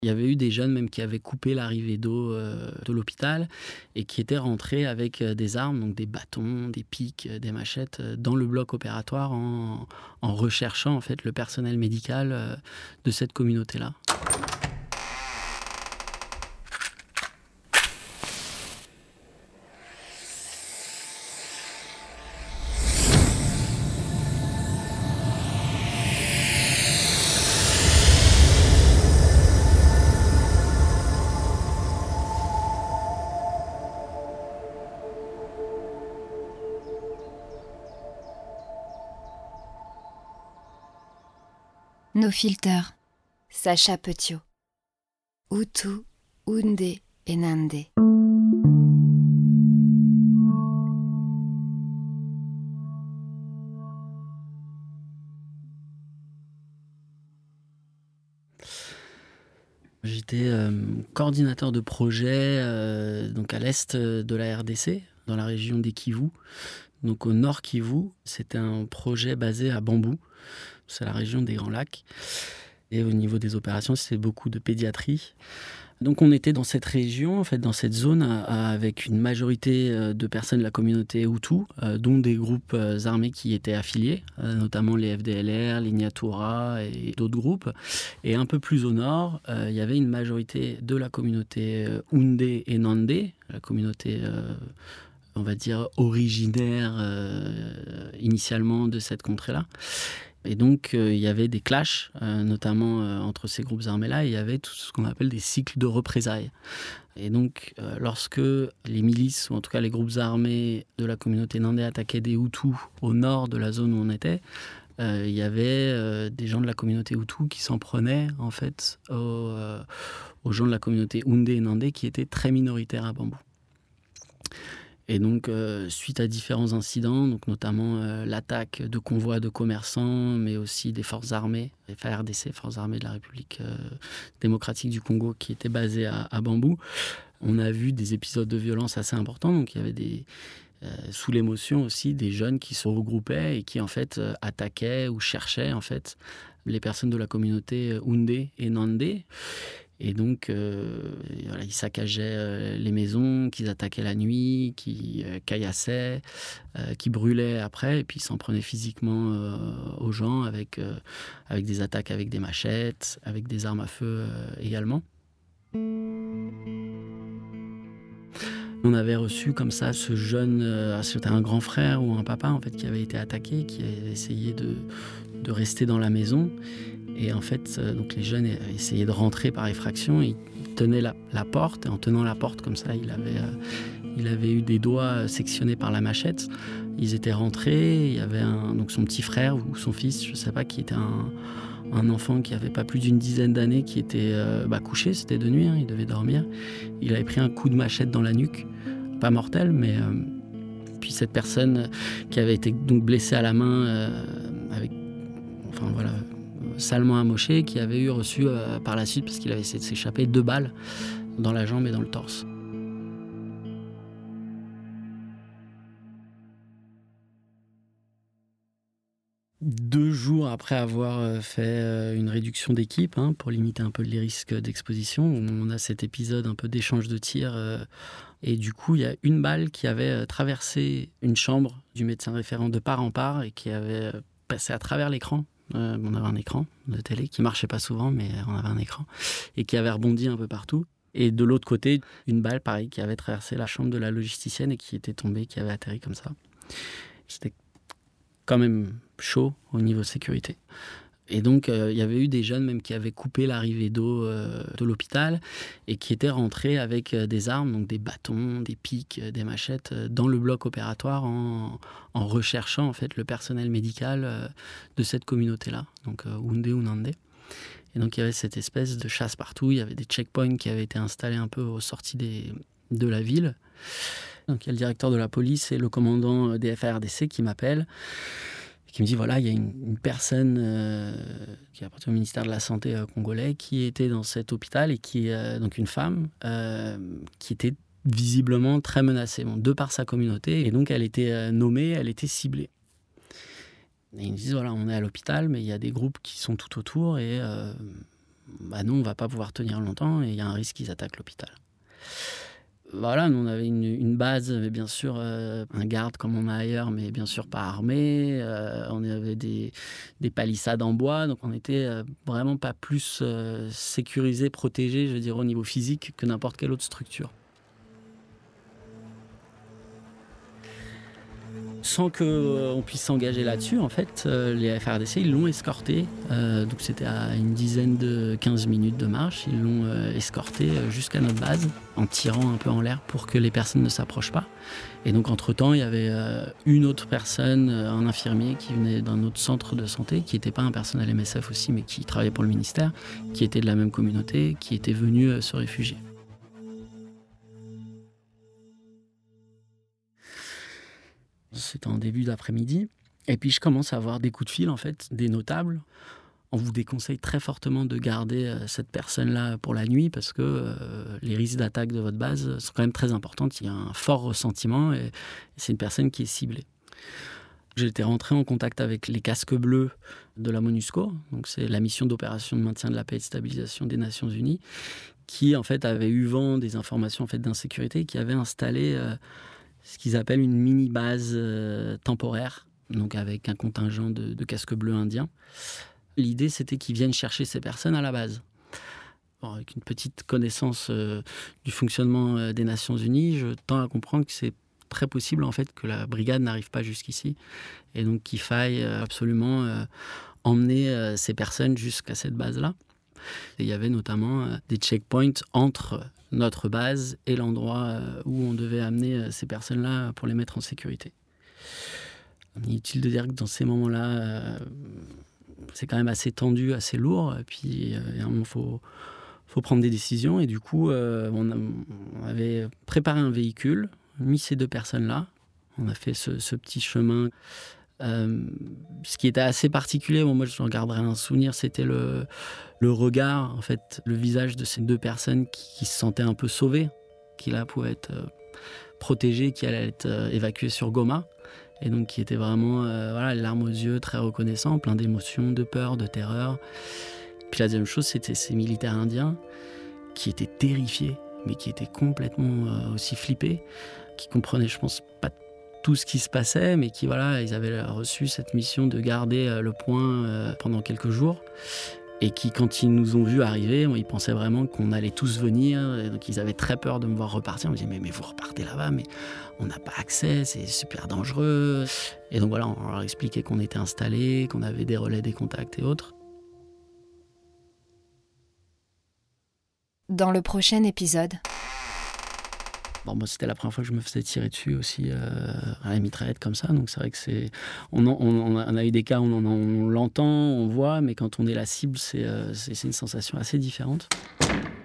Il y avait eu des jeunes même qui avaient coupé l'arrivée d'eau de l'hôpital et qui étaient rentrés avec des armes, donc des bâtons, des pics, des machettes, dans le bloc opératoire en recherchant en fait le personnel médical de cette communauté-là. Nos filters, Sacha Petiot. Hutu, Houndé et Nandé. J'étais coordinateur de projet donc à l'est de la RDC, dans la région des Kivu. Donc au nord Kivu, c'était un projet basé à Bambou, c'est la région des Grands Lacs. Et au niveau des opérations, c'était beaucoup de pédiatrie. Donc on était dans cette région, en fait, dans cette zone, avec une majorité de personnes de la communauté Hutu, dont des groupes armés qui étaient affiliés, notamment les FDLR, les Nyatura et d'autres groupes. Et un peu plus au nord, il y avait une majorité de la communauté Houndé et Nandé, la communauté on va dire originaire initialement de cette contrée-là. Et donc, il y avait des clashs, notamment entre ces groupes armés-là, et il y avait tout ce qu'on appelle des cycles de représailles. Et donc, lorsque les milices, ou en tout cas les groupes armés de la communauté Nandé attaquaient des Hutus au nord de la zone où on était, il y avait des gens de la communauté Hutu qui s'en prenaient, en fait, aux gens de la communauté Houndé et Nandé qui étaient très minoritaires à Bambou. Et donc, suite à différents incidents, donc notamment l'attaque de convois de commerçants, mais aussi des forces armées, les FARDC, Forces armées de la République démocratique du Congo, qui étaient basées à Bambou, on a vu des épisodes de violence assez importants. Donc, il y avait sous l'émotion aussi, des jeunes qui se regroupaient et qui, en fait, attaquaient ou cherchaient, en fait, les personnes de la communauté Houndé et Nandé. Et donc, voilà, ils saccageaient les maisons, qu'ils attaquaient la nuit, qui caillassaient, qui brûlaient après, et puis ils s'en prenaient physiquement aux gens avec des attaques avec des machettes, avec des armes à feu également. On avait reçu comme ça ce jeune, c'était un grand frère ou un papa en fait qui avait été attaqué, qui avait essayé de rester dans la maison. Et en fait, donc les jeunes essayaient de rentrer par effraction. Ils tenaient la porte, et en tenant la porte comme ça, il avait eu des doigts sectionnés par la machette. Ils étaient rentrés. Il y avait donc son petit frère ou son fils, je ne sais pas, qui était un enfant qui avait pas plus d'une dizaine d'années, qui était couché. C'était de nuit, il devait dormir. Il avait pris un coup de machette dans la nuque, pas mortel, mais puis cette personne qui avait été donc blessée à la main salement amoché, qui avait reçu par la suite, parce qu'il avait essayé de s'échapper, 2 balles dans la jambe et dans le torse. Deux jours après avoir fait une réduction d'équipe, pour limiter un peu les risques d'exposition, on a cet épisode un peu d'échange de tirs. Et du coup, il y a une balle qui avait traversé une chambre du médecin référent de part en part et qui avait passé à travers l'écran. On avait un écran de télé qui marchait pas souvent, mais on avait un écran, et qui avait rebondi un peu partout. Et de l'autre côté, une balle, pareil, qui avait traversé la chambre de la logisticienne et qui était tombée, qui avait atterri comme ça. C'était quand même chaud au niveau sécurité. Et donc, il y avait eu des jeunes même qui avaient coupé l'arrivée d'eau de l'hôpital et qui étaient rentrés avec des armes, donc des bâtons, des pics, des machettes, dans le bloc opératoire en recherchant en fait le personnel médical de cette communauté-là, donc Houndé ou Nandé. Et donc, il y avait cette espèce de chasse partout. Il y avait des checkpoints qui avaient été installés un peu aux sorties de la ville. Donc, il y a le directeur de la police et le commandant des FARDC qui m'appellent, qui me dit, voilà, il y a une personne qui appartient au ministère de la Santé congolais qui était dans cet hôpital et qui est donc une femme qui était visiblement très menacée, de par sa communauté. Et donc, elle était nommée, elle était ciblée. Et ils me disent, voilà, on est à l'hôpital, mais il y a des groupes qui sont tout autour et nous, on va pas pouvoir tenir longtemps et il y a un risque qu'ils attaquent l'hôpital. Voilà, nous, on avait une base, mais bien sûr, un garde comme on a ailleurs, mais bien sûr pas armé. On avait des palissades en bois, donc on était vraiment pas plus sécurisé, protégé, je veux dire, au niveau physique que n'importe quelle autre structure. Sans qu'on puisse s'engager là-dessus, en fait, les FARDC, ils l'ont escorté. Donc c'était à une dizaine de 15 minutes de marche. Ils l'ont escorté jusqu'à notre base, en tirant un peu en l'air pour que les personnes ne s'approchent pas. Et donc, entre-temps, il y avait une autre personne, un infirmier qui venait d'un autre centre de santé, qui n'était pas un personnel MSF aussi, mais qui travaillait pour le ministère, qui était de la même communauté, qui était venu se réfugier. C'était en début d'après-midi. Et puis, je commence à avoir des coups de fil, en fait, des notables. On vous déconseille très fortement de garder cette personne-là pour la nuit parce que les risques d'attaque de votre base sont quand même très importants. Il y a un fort ressentiment et c'est une personne qui est ciblée. J'étais rentré en contact avec les casques bleus de la MONUSCO. Donc, c'est la mission d'opération de maintien de la paix et de stabilisation des Nations Unies qui, en fait, avait eu vent des informations en fait, d'insécurité, qui avait installé ce qu'ils appellent une mini-base temporaire, donc avec un contingent de casques bleus indiens. L'idée, c'était qu'ils viennent chercher ces personnes à la base. Bon, avec une petite connaissance du fonctionnement des Nations Unies, je tends à comprendre que c'est très possible en fait, que la brigade n'arrive pas jusqu'ici, et donc qu'il faille absolument emmener ces personnes jusqu'à cette base-là. Et il y avait notamment des checkpoints entre notre base et l'endroit où on devait amener ces personnes-là pour les mettre en sécurité. Inutile de dire que dans ces moments-là, c'est quand même assez tendu, assez lourd. Et puis, il faut prendre des décisions. Et du coup, on avait préparé un véhicule, mis ces deux personnes-là. On a fait ce petit chemin. Ce qui était assez particulier, moi je regarderai un souvenir, c'était le regard, en fait, le visage de ces deux personnes qui se sentaient un peu sauvées, qui là pouvaient être protégées, qui allaient être évacuées sur Goma, et donc qui étaient vraiment les larmes aux yeux, très reconnaissants, plein d'émotions, de peur, de terreur. Puis la deuxième chose, c'était ces militaires indiens qui étaient terrifiés, mais qui étaient complètement aussi flippés, qui comprenaient, je pense, pas tout ce qui se passait, mais qui, ils avaient reçu cette mission de garder le point pendant quelques jours. Et qui, quand ils nous ont vus arriver, ils pensaient vraiment qu'on allait tous venir. Et donc, ils avaient très peur de me voir repartir. On me disait, mais vous repartez là-bas, mais on n'a pas accès, c'est super dangereux. Et donc, on leur expliquait qu'on était installés, qu'on avait des relais, des contacts et autres. Dans le prochain épisode... Bon, moi, c'était la première fois que je me faisais tirer dessus aussi à la mitraillette comme ça. Donc c'est vrai que on a eu des cas où on l'entend, on voit, mais quand on est la cible, c'est une sensation assez différente.